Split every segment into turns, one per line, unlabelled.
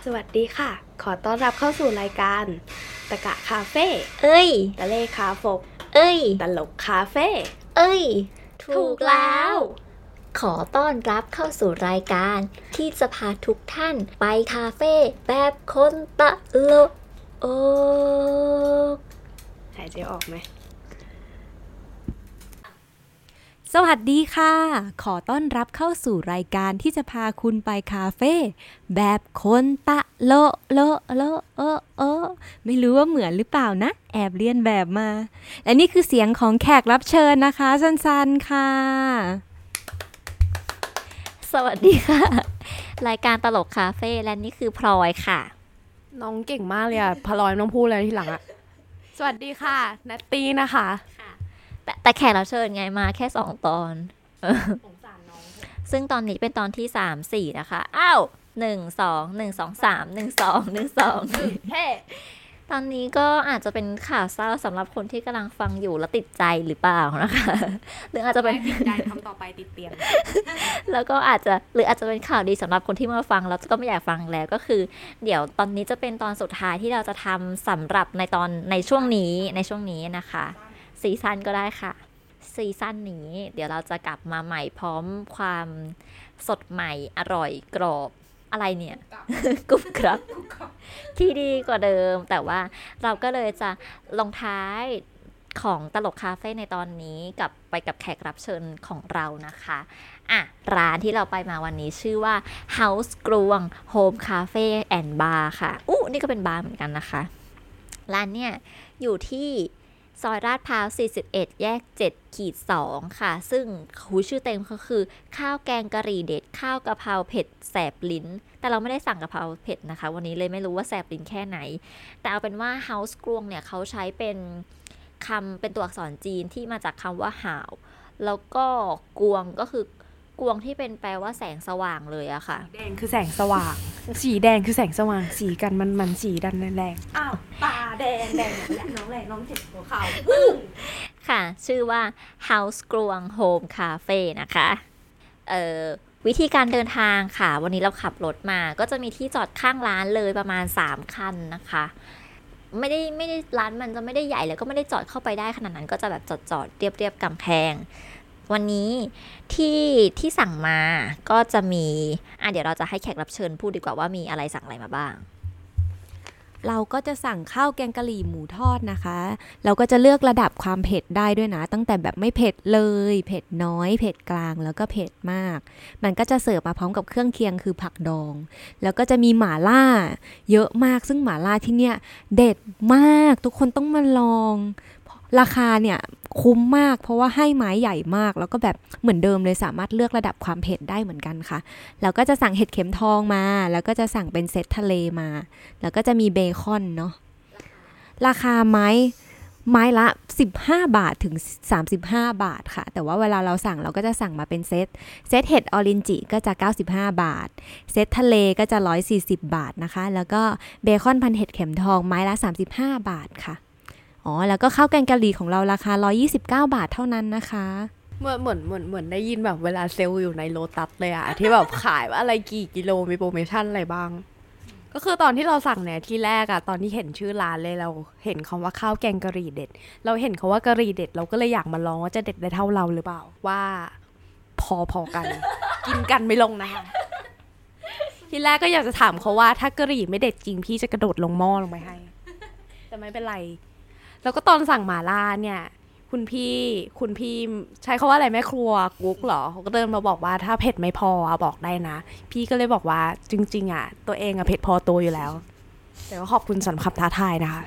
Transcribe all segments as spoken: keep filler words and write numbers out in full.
สวัสดีค่ะ ขอต้อนรับเข้าสู่รายการตะกะคาเฟ่
เอ้ย
ตะเลคาฟก
เอ้ย
ตลกคาเฟ่
เอ้ย
ถูกแล้ว
ขอต้อนรับเข้าสู่รายการที่จะพาทุกท่านไปคาเฟ่แบบคนตลกโอ้
หายใจออกไหม
สวัสดีค่ะ ขอต้อนรับเข้าสู่รายการที่จะพาคุณไปคาเฟ่แบบคนตะโลโลโลเออเออไม่รู้ว่าเหมือนหรือเปล่านะ แอบเลียนแบบมา และนี่คือเสียงของแขกรับเชิญนะคะสันๆค่ะ
สวัสดีค่ะ รายการตลกคาเฟ่และนี่คือพลอยค่ะ
น้องเก่งมากเลยอ่ะพลอยน้องพูดอะไรทีหลังอ่ะ สวัสดีค่ะนัตตี้นะคะ
แต่แต่แขกรับเชิญไงมาแค่สองตอนเออซึ่งตอนนี้เป็นตอนที่สามสี่นะคะอ้าวหนึ่งสองหนึ่งสองสามหนึ่งสองหนึ่งสองเฮ้ตอนนี้ก็อาจจะเป็นข่าวเศร้าสำหรับคนที่กำลังฟังอยู่แล้วติดใจหรือเปล่านะคะหรืออาจจะเป็น
ติดใจทำต่อไปติดเตียง
แล้วก็อาจจะหรืออาจจะเป็นข่าวดีสำหรับคนที่มาฟังแล้วก็ไม่อยากฟังแล้วก็คือ เดี๋ยวตอนนี้จะเป็นตอนสุดท้ายที่เราจะทำสำหรับในตอนในช่วงนี้ในช่วงนี้นะคะซีซั่นก็ได้ค่ะซีซั่นนี้เดี๋ยวเราจะกลับมาใหม่พร้อมความสดใหม่อร่อยกรอบอะไรเนี่ย กรุบกรับที่ดีกว่าเดิมแต่ว่าเราก็เลยจะลงท้ายของตลกคาเฟ่ในตอนนี้กับไปกับแขกรับเชิญของเรานะคะอ่ะร้านที่เราไปมาวันนี้ชื่อว่า House กรวง Home Cafe and Bar ค่ะอู้นี่ก็เป็นบาร์เหมือนกันนะคะร้านเนี่ยอยู่ที่ซอยลาดพร้าวสี่สิบเอ็ดแยกเจ็ดขีดสองค่ะซึ่งหูชื่อเต็มก็คือข้าวแกงกะหรี่เด็ดข้าวกะเพราเผ็ดแสบลิ้นแต่เราไม่ได้สั่งกะเพราเผ็ดนะคะวันนี้เลยไม่รู้ว่าแสบลิ้นแค่ไหนแต่เอาเป็นว่า House กรวงเนี่ยเขาใช้เป็นคำเป็นตัวอักษรจีนที่มาจากคำว่าห่าวแล้วก็กวงก็คือกวงที่เป็นแปลว่าแสงสว่างเลยอะค่ะ
แดงคือแสงสว่าง สีแดงคือแสงสว่างสีกันมันมันสีดันแรงอ้าวตาแดงแดงและน้องแรงน้องเจ็บหัวเข่า
ค่ะชื่อว่า House กรวง Home Cafe นะคะเอ่อวิธีการเดินทางค่ะวันนี้เราขับรถมาก็จะมีที่จอดข้างร้านเลยประมาณสามคันนะคะไม่ได้ไม่ได้ร้านมันจะไม่ได้ใหญ่แล้วก็ไม่ได้จอดเข้าไปได้ขนาดนั้นก็จะแบบจอดจอดเรียบเรียบกำแพงวันนี้ที่ที่สั่งมาก็จะมีอ่ะเดี๋ยวเราจะให้แขกรับเชิญพูดดีกว่าว่ามีอะไรสั่งอะไรมาบ้าง
เราก็จะสั่งข้าวแกงกะหรี่หมูทอดนะคะเราก็จะเลือกระดับความเผ็ดได้ด้วยนะตั้งแต่แบบไม่เผ็ดเลยเผ็ดน้อยเผ็ดกลางแล้วก็เผ็ดมากมันก็จะเสิร์ฟมาพร้อมกับเครื่องเคียงคือผักดองแล้วก็จะมีหม่าล่าเยอะมากซึ่งหม่าล่าที่เนี่ยเด็ดมากทุกคนต้องมาลองราคาเนี่ยคุ้มมากเพราะว่าให้ไม้ใหญ่มากแล้วก็แบบเหมือนเดิมเลยสามารถเลือกระดับความเผ็ดได้เหมือนกันค่ะแล้วก็จะสั่งเห็ดเข็มทองมาแล้วก็จะสั่งเป็นเซตทะเลมาแล้วก็จะมีเบคอนเนาะราคาไม้ไม้ละสิบห้าบาทถึงสามสิบห้าบาทค่ะแต่ว่าเวลาเราสั่งเราก็จะสั่งมาเป็นเซตเซตเห็ดออรินจิก็จะเก้าสิบห้าบาทเซตทะเลก็จะหนึ่งร้อยสี่สิบบาทนะคะแล้วก็เบคอนพันเห็ดเข็มทองไม้ละสามสิบห้าบาทค่ะอ๋อแล้วก็ข้าวแกงกะหรี่ของเราราคาหนึ่งร้อยยี่สิบเก้าบาทเท่านั้นนะคะ
เหมือนเหมือนเหมือนเหมือนได้ยินแบบเวลาเซลล์อยู่ในโลตัสเลยอะที่แบบขายว่าอะไรกี่กิโลมีโปรโมชั่นอะไรบ้างก็คือตอนที่เราสั่งเนี่ยที่แรกอะตอนที่เห็นชื่อร้านเลยเราเห็นคำว่าข้าวแกงกะหรี่เด็ดเราเห็นคำว่ากะหรี่เด็ดเราก็เลยอยากมาลองว่าจะเด็ดได้เท่าเราหรือเปล่าว่าพอพอกัน กินกันไม่ลงนะคะที่แรกก็อยากจะถามเขาว่าถ้ากะหรี่ไม่เด็ดจริงพี่จะกระโดดลงหม้อลงไปให้แต่ไม่เป็นไรแล้วก็ตอนสั่งหม่าล่าเนี่ยคุณพี่คุณพี่ใช้คาว่าอะไรแม่ครัวกุ๊กเหรอเขาก็เดินมาบอกว่าถ้าเผ็ดไม่พอบอกได้นะพี่ก็เลยบอกว่าจริงๆอ่ะตัวเองอ่ะเผ็ดพอตัวอยู่แล้วแต่ก็ขอบคุณสำหรับคำท้าทายนะคะ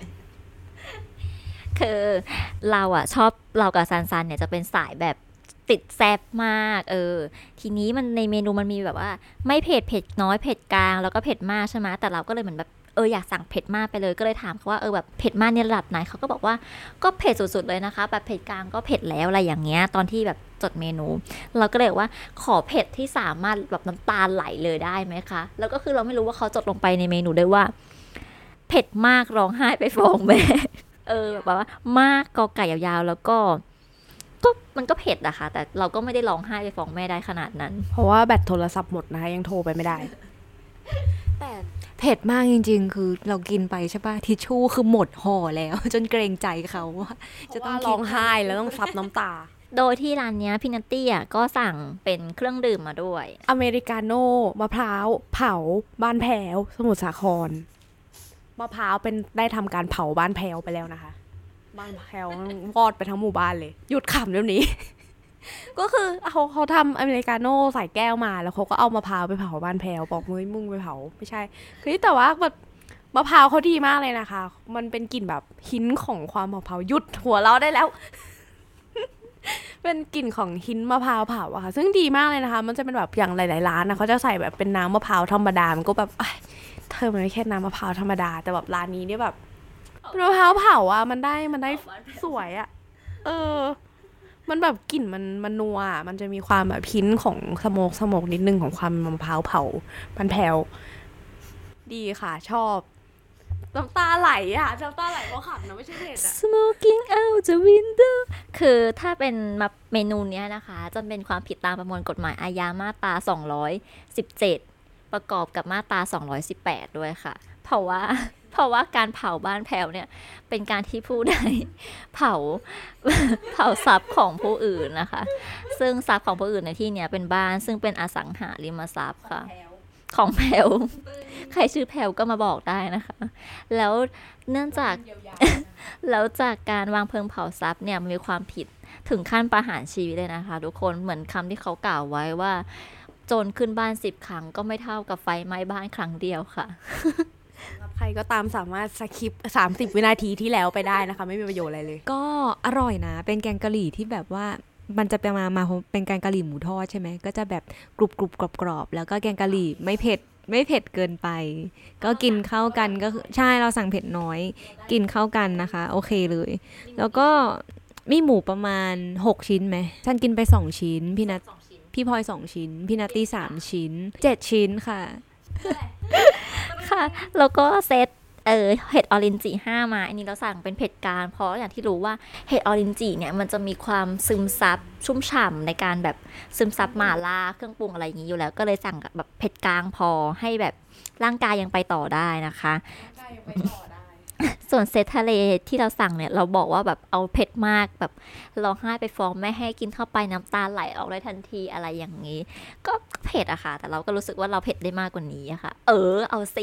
คือเราอ่ะชอบเรากับซันซันเนี่ยจะเป็นสายแบบติดแซ่บมากเออทีนี้มันในเมนูมันมีแบบว่าไม่เผ็ดเผ็ดน้อยเผ็ดกลางแล้วก็เผ็ดมากใช่ไหมแต่เราก็เลยเหมือนแบบเอออยากสั่งเผ็ดมากไปเลยก็เลยถามเขาว่าเออแบบเผ็ดมากเนี่ยระดับไหนเขาก็บอกว่าก็เผ็ดสุดๆเลยนะคะแบบเผ็ดกลางก็เผ็ดแล้วอะไรอย่างเงี้ยตอนที่แบบจดเมนูเราก็เลยว่าขอเผ็ดที่สามารถแบบน้ำตาไหลเลยได้ไหมคะแล้วก็คือเราไม่รู้ว่าเขาจดลงไปในเมนูด้วยว่าเผ็ดมากร้องไห้ไปฟ้องแม่เออแบบว่ามากกอไก่ยาวๆแล้วก็ก็มันก็เผ็ดอะค่ะแต่เราก็ไม่ได้ร้องไห้ไปฟ้องแม่ได้ขนาดนั้น
เพราะว่าแบตโทรศัพท์หมดนะคะยังโทรไปไม่ได้
แต่เผ็ดมากจริงๆคือเรากินไปใช่ปะทิชชู่คือหมดห่อแล้ว จนเกรงใจเขาว่าจะต้อง
ร้องไห้แล้วต้องซับน้ำตา
โดยที่ร้านเนี้ยพี่นัตตี้อ่ะก็สั่งเป็นเครื่องดื่มมาด้วย
อเมริกาโน่มะพร้าวเผาบ้านแพ้วสมุทรสาครมะพร้าวเป็นได้ทำการเผาบ้านแพ้วไปแล้วนะคะบ้านแพ้ววอดไปทั้งหมู่บ้านเลยหยุดขำเดี๋ยวนี้ ก็คือเขาเขาทำอเมริกาโน่ใส่แก้วมาแล้วเขาก็เอามะพร้าวไปเผาบ้านแพ้วบอกมึงมึงไปเผาไม่ใช่คือแต่ว่าแบบมะพร้าวเขาดีมากเลยนะคะมันเป็นกลิ่นแบบหินของความมะพร้าวหยุดหัวเราได้แล้ว เป็นกลิ่นของหินมะพร้าวเผาอะค่ะซึ่งดีมากเลยนะคะมันจะเป็นแบบอย่างหลายๆร้านนะเขาจะใส่แบบเป็นน้ำมะพร้าวธรรมดามันก็แบบเธอมันไม่แค่น้ำมะพร้าวธรรมดาแต่แบบร้านนี้เนี่ยแบบมะพร้าวเผาอะมันได้มันได้สวยอะเออมันแบบกลิ่นมันมันนัวมันจะมีความแบบหินของสโมกสโมกนิดนึงของความมะพร้าวเผาพันแผ่วดีค่ะชอบน้ำตาไหลอะน้ำตาไหลเพราะขำนะไม่ใช่เผ็ดอะ
smoking out the window คือถ้าเป็นเมนูเนี้ยนะคะจะเป็นความผิดตามประมวลกฎหมายอาญามาตราสองร้อยสิบเจ็ดประกอบกับมาตราสองร้อยสิบแปดด้วยค่ะเพราะว่าเพราะว่าการเผาบ้านแผ่วเนี่ยเป็นการที่ผู้ใดเผาเผาทรัพย์ของผู้อื่นนะคะซึ่งทรัพย์ของผู้อื่นในที่เนี้ยเป็นบ้านซึ่งเป็นอสังหาริมทรัพย์ค่ะของแผ่วใครชื่อแผ่วก็มาบอกได้นะคะแล้วเนื่องจาก แล้วจากการวางเพลิงเผาทรัพย์เนี่ยมีความผิดถึงขั้นประหารชีวิตเลยนะคะทุกคนเหมือนคำที่เขากล่าวไว้ว่าโจรขึ้นบ้านสิบครั้งก็ไม่เท่ากับไฟไหม้บ้านครั้งเดียวค่ะ
ใครก็ตามสามารถสคิปสามสิบวินาทีที่แล้วไปได้นะคะไม่มีประโยชน์อะไรเลย
ก็อร่อยนะเป็นแกงกะหรี่ที่แบบว่ามันจะเป็นมามาเป็นแกงกะหรี่หมูทอดใช่ไหมก็จะแบบกรุบกรุบกรอบกรอบแล้วก็แกงกะหรี่ไม่เผ็ดไม่เผ็ดเกินไปก็กินเข้ากันก็ใช่เราสั่งเผ็ดน้อยกินเข้ากันนะคะโอเคเลยแล้วก็มีหมูประมาณหกชิ้นไหมฉันกินไปสองชิ้นพี่นัทพี่พลอยสองชิ้นพี่นัตตี้สามชิ้นเจ็ดชิ้นค่ะ
ค่ะแล้วก็เซตเออเห็ดออรินจิห้ามาอันนี้เราสั่งเป็นเผ็ดกลางเพราะอย่างที่รู้ว่าเห็ดออรินจิเนี่ยมันจะมีความซึมซับชุ่มฉ่ำในการแบบซึมซับหม่าล่าเครื่องปรุงอะไรอย่างนี้อยู่แล้วก็เลยสั่งแบบเผ็ดกลางพอให้แบบร่างกายยังไปต่อได้นะคะส่วนเซตทะเลที่เราสั่งเนี่ยเราบอกว่าแบบเอาเผ็ดมากแบบร้องไห้ไปฟ้องแม่ให้กินเข้าไปน้ำตาไหลออกเลยทันทีอะไรอย่างนี้ก็เผ็ดอะค่ะแต่เราก็รู้สึกว่าเราเผ็ดได้มากกว่านี้อะค่ะเออเอาสิ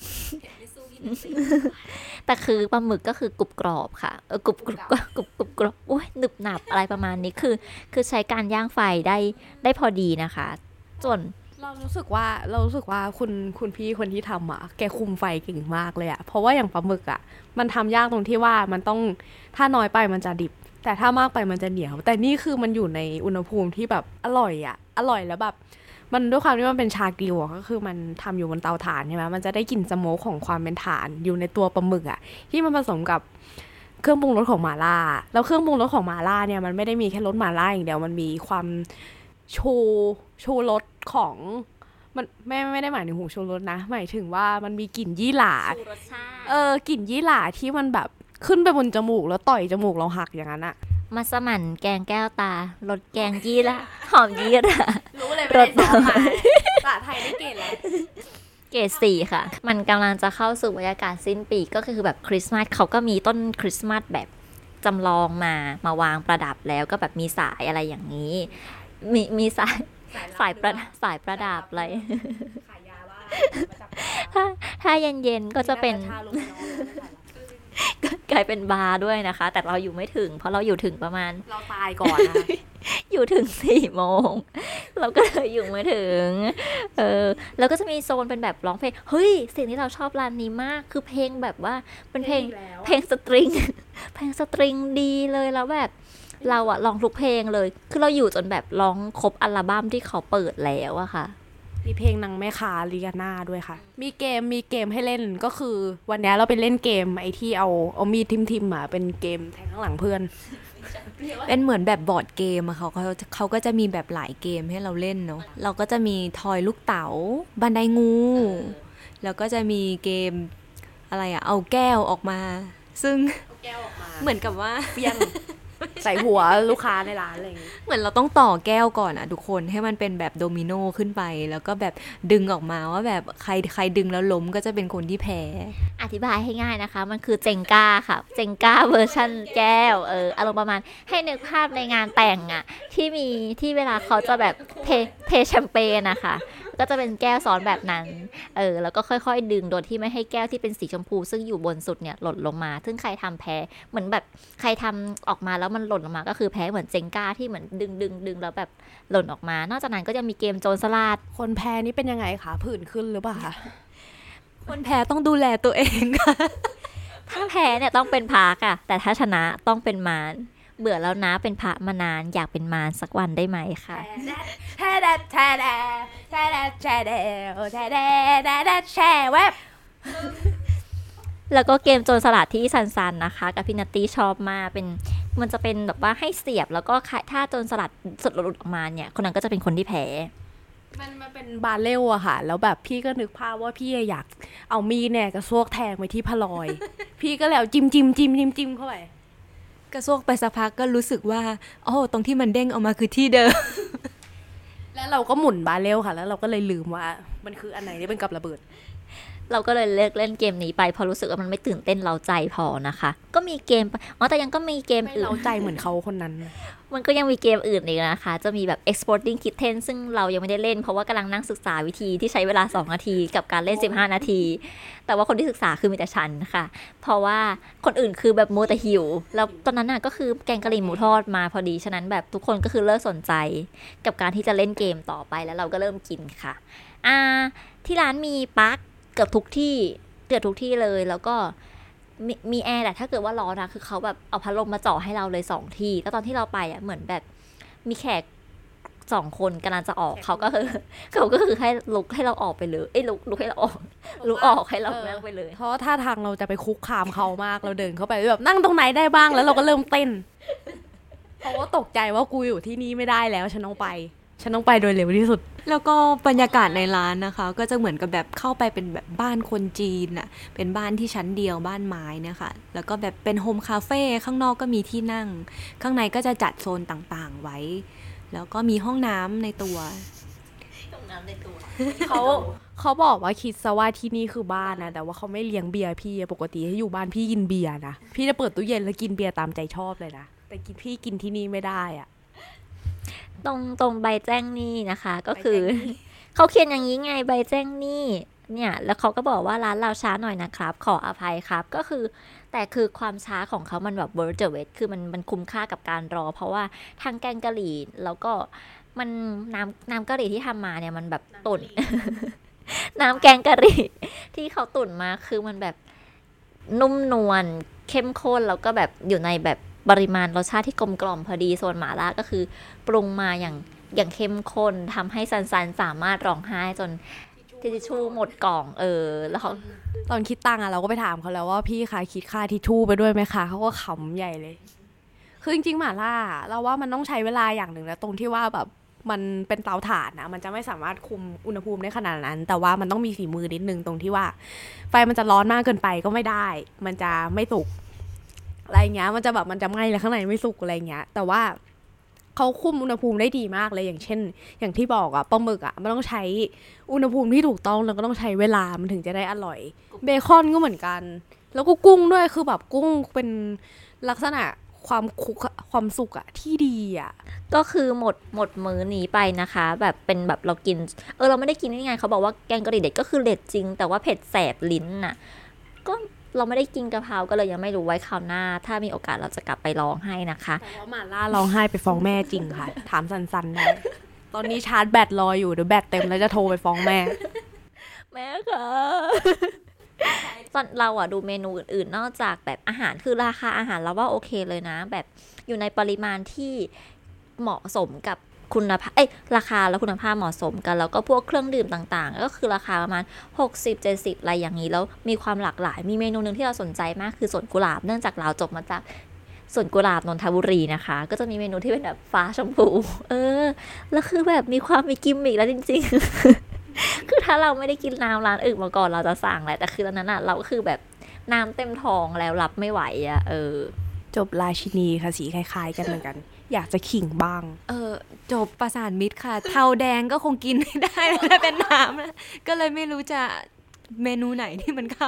แต่คือปลาหมึกก็คือกรุบกรอบค่ะเออกรุบกรุบกรุบกรุบกรุบกรอบโอ้ยหนึบหนับอะไรประมาณนี้คือคือใช้การย่างไฟได้ได้พอดีนะคะส่วน
เรารู้สึกว่าเรารู้สึกว่าคุณคุณพี่คนที่ทำอ่ะแกคุมไฟเก่งมากเลยอ่ะเพราะว่าอย่างปลาหมึกอ่ะมันทำยากตรงที่ว่ามันต้องถ้าน้อยไปมันจะดิบแต่ถ้ามากไปมันจะเหนียวแต่นี่คือมันอยู่ในอุณหภูมิที่แบบอร่อยอ่ะอร่อยแล้วแบบมันด้วยความที่มันเป็นชากิวอ่ะก็คือมันทำอยู่บนเตาถ่านใช่ไหมมันจะได้กลิ่นสโมกของความเป็นถ่านอยู่ในตัวปลาหมึกอ่ะที่มันผสมกับเครื่องปรุงรสของหม่าล่าแล้วเครื่องปรุงรสของหม่าล่าเนี่ยมันไม่ได้มีแค่รสหม่าล่าอย่างเดียวมันมีความชูชูรสของมันไม่ไม่ได้หมายถึงหูชูรสนะหมายถึงว่ามันมีกลิ่นยี่หร่าเออกลิ่นยี่หร่าที่มันแบบขึ้นไปบนจมูกแล้วต่อยจมูกเราหักอย่างนั้นอะ
มัสมั่นแกงแก้วตารสแกงยี่ละหอมยี่ละ
รู้เลยรสดอกไม้ภาษาไทยไม่เก่งเลย
เกรดสี่ค่ะมันกำลังจะเข้าสู่บรรยากาศสิ้นปีก็คือแบบคริสต์มาสเขาก็มีต้นคริสต์มาสแบบจำลองมามาวางประดับแล้วก็แบบมีสายอะไรอย่างนี้มีมีสายสายประสายประดับอะไรถ้าถ้าเย็นๆก็จะเป็นกลายเป็นบาร์ด้วยนะคะแต่เราอยู่ไม่ถึงเพราะเราอยู่ถึงประมาณ
เราตายก่อนนะ
อยู่ถึงสี่โมงเราก็เลยอยู่ไม่ถึงเออแล้วก็จะมีโซนเป็นแบบร้องเพลงเฮ้ยสิ่งที่เราชอบร้านนี้มากคือเพลงแบบว่าเป็นเพลงเพลงสตริงเพลงสตริงดีเลยแล้วแบบเราอะร้องทุกเพลงเลยคือเราอยู่จนแบบร้องครบอัลบั้มที่เขาเปิดแล้วอะค่ะ
มีเพลงนางแม่ค้าลีกาน่าด้วยค่ะมีเกมมีเกมให้เล่นก็คือวันนี้เราไปเล่นเกมไอที่เอาเอามีดทิมๆอะเป็นเกมแทงข้างหลังเพื่อน
เป็นเหมือนแบบบอร์ดเกมอะเขาเขาเขาก็จะมีแบบหลายเกมให้เราเล่นเนาะเราก็จะมีทอยลูกเต๋าบันไดงูแล้วก็จะมีเกมอะไรอะเอาแก้วออกมาซึ่งเหมือนกับว่า
เปียงใส่หัวลูกค้าในร้านอะไรอย่างงี้
เหมือนเราต้องต่อแก้วก่อนอะทุกคนให้มันเป็นแบบโดมิโนขึ้นไปแล้วก็แบบดึงออกมาว่าแบบใครใครดึงแล้วล้มก็จะเป็นคนที่แพ้
อธิบายให้ง่ายนะคะมันคือเจงก้าค่ะเจงก้าเวอร์ชันแก้วเอออารมณ์ประมาณให้นึกภาพในงานแต่งอะที่มีที่เวลาเขาจะแบบเทเทแชมเปญนะคะก็จะเป็นแก้วซ้อนแบบนั้นเออแล้วก็ค่อยๆดึงโดยที่ไม่ให้แก้วที่เป็นสีชมพูซึ่งอยู่บนสุดเนี่ยหล่นลงมาซึ่งใครทำแพ้เหมือนแบบใครทำออกมาแล้วมันหล่นลงมาก็คือแพ้เหมือนเจงก้าที่เหมือนดึงดึงดึงแล้วแบบหล่นออกมานอกจากนั้นก็ยังมีเกมโจรสลัด
คนแพ้นี่เป็นยังไงคะผื่นขึ้นหรือเปล่าคะ
คนแพ้ต้องดูแลตัวเองค่ะ
ถ้าแพ้เนี่ยต้องเป็นพระค่ะแต่ถ้าชนะต้องเป็นมารเบื่อแล้วนะเป็นพระมานานอยากเป็นมารสักวันได้ไหมค่ะ
แช่แดดแช่แดดแช่แดดแช่แดดแช่แดดแช่เว็บ
แล้วก็เกมโจรสลัดที่ซันๆนะคะกับพี่นัตตี้ชอบมากเป็นมันจะเป็นแบบว่าให้เสียบแล้วก็ถ้าโจรสลัดสดหลุดออกมาเนี่ยคนนั้นก็จะเป็นคนที่แพ้
มันมาเป็นบาเรลอะค่ะแล้วแบบพี่ก็นึกภาพว่าพี่อยากเอามีดเนี่ยกระซวกแทงไปที่พลอยพี่ก็แล้วจิ้มจิ้มจิ้มจิ้มจิ้มเข้าไป
กระซวกไปสักพักก็รู้สึกว่าโอ้ตรงที่มันเด้งออกมาคือที่เดิม
แล้วเราก็หมุนบาเรลค่ะแล้วเราก็เลยลืมว่ามันคืออันไหนที่เป็นกับระเบิด
เราก็เลยเลิกเล่นเกมนี้ไปพอรู้สึกว่ามันไม่ตื่นเต้นเร้าใจพอนะคะก็มีเกมอ๋อแต่ยังก็มีเกมอื่น
เร้าใจเหมือนเขาคนนั้น
มันก็ยังมีเกมอื่นอีกนะคะจะมีแบบ Exploding Kitten ซึ่งเรายังไม่ได้เล่นเพราะว่ากำลังนั่งศึกษาวิธีที่ใช้เวลาสองนาทีกับการเล่นสิบห้านาทีแต่ว่าคนที่ศึกษาคือมีแต่ฉันค่ะเพราะว่าคนอื่นคือแบบโมแต่หิวแล้วตอนนั้นน่ะก็คือแกงกะหรี่หมูทอดมาพอดีฉะนั้นแบบทุกคนก็คือเลิกสนใจกับการที่จะเล่นเกมต่อไปแล้วเราก็เริ่มกินค่ะอ่าที่ร้านมีปลั๊กเกือบทุกที่เกือบทุกที่เลยแล้วก็มีมีแอร์แต่ถ้าเกิดว่าร้อนนะคือเขาแบบเอาพัดลมมาเจาะให้เราเลยสองที่แล้วตอนที่เราไปอ่ะเหมือนแบบมีแขกสองคนกำลังจะออกเขาก็คือเขาก็คือให้ลุกให้เราออกไปเลยเอ้ยลุกลุกให้เราออกลุกออกให้เรานั่งไปเลย
เพราะท่าทางเราจะไปคุกคามเขามากเราเดินเข้าไปแบบนั่งตรงไหนได้บ้างแล้วเราก็เริ่มเต้นเพราะว่าตกใจว่ากูอยู่ที่นี่ไม่ได้แล้วฉันต้องไปฉันต้องไปโดยเร็วที่สุด
แล้วก็บรรยากาศในร้านนะคะก็จะเหมือนกับแบบเข้าไปเป็นแบบบ้านคนจีนอะเป็นบ้านที่ชั้นเดียวบ้านไม้เนี่ยค่ะแล้วก็แบบเป็นโฮมคาเฟ่ข้างนอกก็มีที่นั่งข้างในก็จะจัดโซนต่างๆไว้แล้วก็มีห้องน้ำในตัว
ห้องน้ำในตัว
เขาเขาบอกว่าคิดซะว่าที่นี่คือบ้านนะแต่ว่าเขาไม่เลี้ยงเบียร์พี่ปกติให้อยู่บ้านพี่กินเบียร์นะพี่จะเปิดตู้เย็นแล้วกินเบียร์ตามใจชอบเลยนะแต่กินพี่กินที่นี่ไม่ได้อะ
ตรงตรงใบแจ้งหนี้นะคะก็คือเขาเขียนอย่างนี้ไงใบแจ้งหนี้เนี่ยแล้วเขาก็บอกว่าร้านเราช้าหน่อยนะครับขออภัยครับก็คือแต่คือความช้าของเขามันแบบ worth the wait คือมันมันคุ้มค่ากับการรอเพราะว่าทางแกงกะหรี่แล้วก็มันน้ำน้ำกะหรี่ที่ทำมาเนี่ยมันแบบตุ่น น้ำแกงกะหรี่ที่เขาตุ่นมาคือมันแบบนุ่มนวลเข้มข้นแล้วก็แบบอยู่ในแบบปริมาณรสชาติที่กลมกล่อมพอดีส่วนหม่าล่าก็คือปรุงมาอย่างอย่างเข้มข้นทำให้ซันซันสามารถร้องไห้จนทิชชู่หมดกล่องเออแล้วเขา
ตอนคิดตังค์อะเราก็ไปถามเขาแล้วว่าพี่คะคิดค่าทิชชู่ไปด้วยไหมคะเขาก็ขำใหญ่เลยคือจริงๆหม่าล่าเราว่ามันต้องใช้เวลาอย่างหนึ่งนะตรงที่ว่าแบบมันเป็นเตาถ่านนะมันจะไม่สามารถคุมอุณหภูมิได้ขนาดนั้นแต่ว่ามันต้องมีฝีมือนิดนึงตรงที่ว่าไฟมันจะร้อนมากเกินไปก็ไม่ได้มันจะไม่สุกอะไรเงี้ยมันจะแบบมันจะไหม้แล้วข้างในไม่สุกอะไรเงี้ยแต่ว่าเขาคุมอุณหภูมิได้ดีมากเลยอย่างเช่นอย่างที่บอกอะปลาหมึกอะมันต้องใช้อุณหภูมิที่ถูกต้องแล้วก็ต้องใช้เวลามันถึงจะได้อร่อยเบคอนก็เหมือนกันแล้วก็กุ้งด้วยคือแบบกุ้งเป็นลักษณะความคุกความสุกอะที่ดีอะ
ก็คือหมดหมดมื้อนี้ไปนะคะแบบเป็นแบบเรากินเออเราไม่ได้กินนี่ไงเขาบอกว่าแกงกะหรี่เด็ดก็คือเด็ดจริงแต่ว่าเผ็ดแสบลิ้นน่ะก็เราไม่ได้กินกะเพราก็เลยยังไม่รู้ไว้คราวหน้าถ้ามีโอกาสเราจะกลับไปลองให้นะคะ
แต่ว่าหม่าล่าร้องไห้ไปฟ้องแม่จริงค่ะถามสันๆได้ตอนนี้ชาร์จแบตรออยู่เดี๋ยวแบตเต็มแล้วจะโทรไปฟ้องแม่
แม่ค่ะตอนเราอะดูเมนูอื่นๆนอกจากแบบอาหารคือราคาอาหารเราว่าโอเคเลยนะแบบอยู่ในปริมาณที่เหมาะสมกับคุณภาพเอ้ยราคาและคุณภาพเหมาะสมกันแล้วก็พวกเครื่องดื่มต่างๆก็คือราคาประมาณหกสิบ เจ็ดสิบอะไรอย่างนี้แล้วมีความหลากหลายมีเมนูนึงที่เราสนใจมากคือสวนกุหลาบเนื่องจากเราจบมาจากสวนกุหลาบนนทบุรีนะคะก็จะมีเมนูที่เป็นแบบฟ้าชมพูเออแล้วคือแบบมีความมีกิมมิกแล้วจริงๆ คือถ้าเราไม่ได้กินน้ำร้านอื่นมาก่อนเราจะสั่งแหละแต่คือตอนนั้นอ่ะเราก็คือแบบน้ำเต็มท้องแล้วรับไม่ไหวอ่ะเออ
จบราชินีค่ะสีคล้ายๆกันเหมือนกัน อยากจะขิงบ้าง
เออจบประสานมิตรค่ะ เทาแดงก็คงกินไม่ได้แล้วเป็นน้ำนะก็เลยไม่รู้จะเมนูไหนที่มันเข้า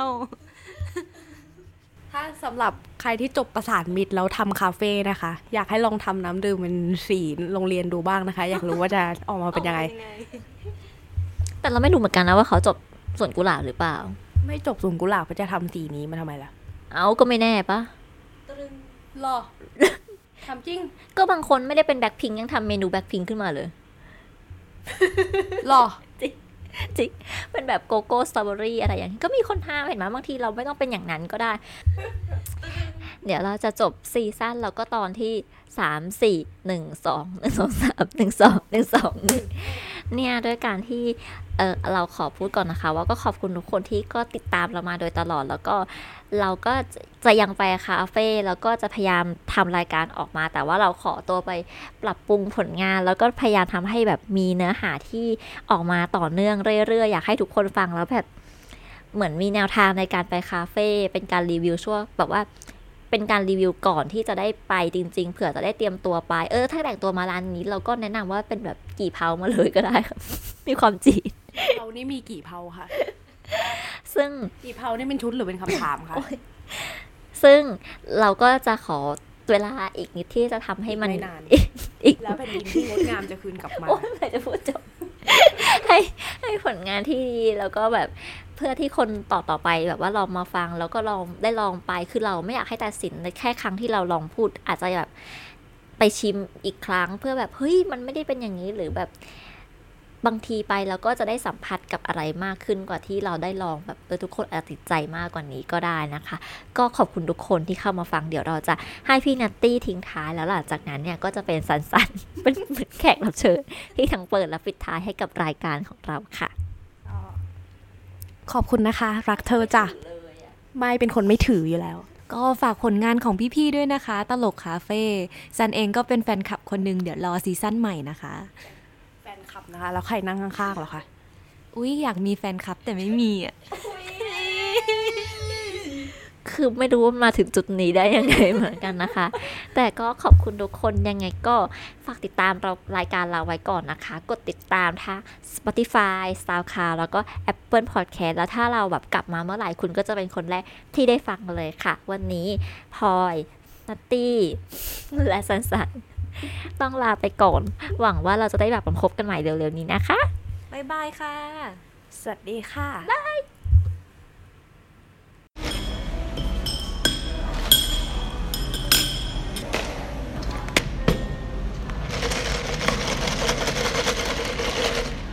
ถ้าสำหรับใครที่จบประสานมิตรแล้วทำคาเฟ่นะคะ อยากให้ลองทำน้ำดื่มเป็นสีโรงเรียนดูบ้างนะคะ อยากรู้ว่าจะออกมาเป็นยังไง
แต่เราไม่รู้เหมือนกันนะว่าเขาจบสวนกุหลาบหรือเปล่า
ไม่จบสวนกุหลาบก็จะทำสีนี้มาทำไมล่ะ
เอาก็ไม่แน่ปะ
รอ ทำจริง
ก็บางคนไม่ได้เป็นแบ็คพิงยังทำเมนูแบ็คพิงขึ้นมาเลย
รอ
จริงเป็นแบบโกโก้สตรอเบอรี่อะไรอย่างนี้ก็มีคนทำเห็นไหมบางทีเราไม่ต้องเป็นอย่างนั้นก็ได้ เดี๋ยวเราจะจบซีซั่นแล้วก็ตอนที่สามสี่หนึ่งสองหนึ่งสองสามหนึ่งสองหนึ่งสองหนึ่งเนี่ยด้วยการที่เออเราขอพูดก่อนนะคะว่าก็ขอบคุณทุกคนที่ก็ติดตามเรามาโดยตลอดแล้วก็เราก็จะยังไปคาเฟ่แล้วก็จะพยายามทำรายการออกมาแต่ว่าเราขอตัวไปปรับปรุงผลงานแล้วก็พยายามทำให้แบบมีเนื้อหาที่ออกมาต่อเนื่องเรื่อยๆอยากให้ทุกคนฟังแล้วแบบเหมือนมีแนวทางในการไปคาเฟ่เป็นการรีวิวช่วงแบบว่าเป็นการรีวิวก่อนที่จะได้ไปจริงๆเผื่อจะได้เตรียมตัวไปเออถ้าแต่งตัวมาร้านนี้เราก็แนะนำว่าเป็นแบบกี่เพามาเลยก็ได้ครับ มีความจีน
เรานี่มีกี่เพาคะ
ซึ่ง
กี่เพานี่เป็นชุดหรือเป็นคำถามคะ
ซึ่งเราก็จะขอเวลาอีกนิดที่จะทำให้มัน
ไม่นาน
อีก
แล้วแผ่นดินที่งดงามจะคืนกลับมา
โอ้ยไม่จะพูดจบ ให้ให้ผลงานที่ดีแล้วก็แบบเพื่อที่คนต่อต่อไปแบบว่าลองมาฟังแล้วก็ลองได้ลองไปคือเราไม่อยากให้ตัดสินในแค่ครั้งที่เราลองพูดอาจจะแบบไปชิมอีกครั้งเพื่อแบบเฮ้ยมันไม่ได้เป็นอย่างนี้หรือแบบบางทีไปแล้วก็จะได้สัมผัสกับอะไรมากขึ้นกว่าที่เราได้ลองแบบเออทุกคนอาจจะติดใจมากกว่านี้ก็ได้นะคะ ก็ขอบคุณทุกคนที่เข้ามาฟังเดี๋ยวเราจะให้พี่นัตตี้ทิ้งท้ายแล้วหลังจากนั้นเนี่ยก็จะเป็นสันๆ เป็นเหมือนแขกรับเชิญที่ทั้งเปิดและปิดท้ายให้กับรายการของเราค่ะ
ขอบคุณนะคะ รักเธอจ้ะ ไม่เป็นคนไม่ถืออยู่แล้ว
ก็ฝากผลงานของพี่ๆด้วยนะคะ ตลกคาเฟ่ซันเองก็เป็นแฟนคลับคนหนึ่งเดี๋ยวรอซีซั่นใหม่นะคะ
แฟนคลับนะคะ แล้วใครนั่งข้างๆเหรอคะ
อุ๊ยอยากมีแฟนคลับแต่ไม่มีอ่ะ
คือไม่รู้ว่ามาถึงจุดนี้ได้ยังไงเหมือนกันนะคะ แต่ก็ขอบคุณทุกคนยังไงก็ฝากติดตามเรารายการเราไว้ก่อนนะคะ กดติดตามทาง Spotify SoundCloud แล้วก็ Apple Podcast แล้วถ้าเราแบบกลับมาเมื่อไหร่คุณก็จะเป็นคนแรกที่ได้ฟังเลยค่ะ วันนี้พลอยนัตตี้และสันสันต้องลาไปก่อน หวังว่าเราจะได้แบบมาพบกันใหม่เร็วๆนี้นะคะ
บ๊ายบายค่ะ
สวัสดีค่ะ
Bye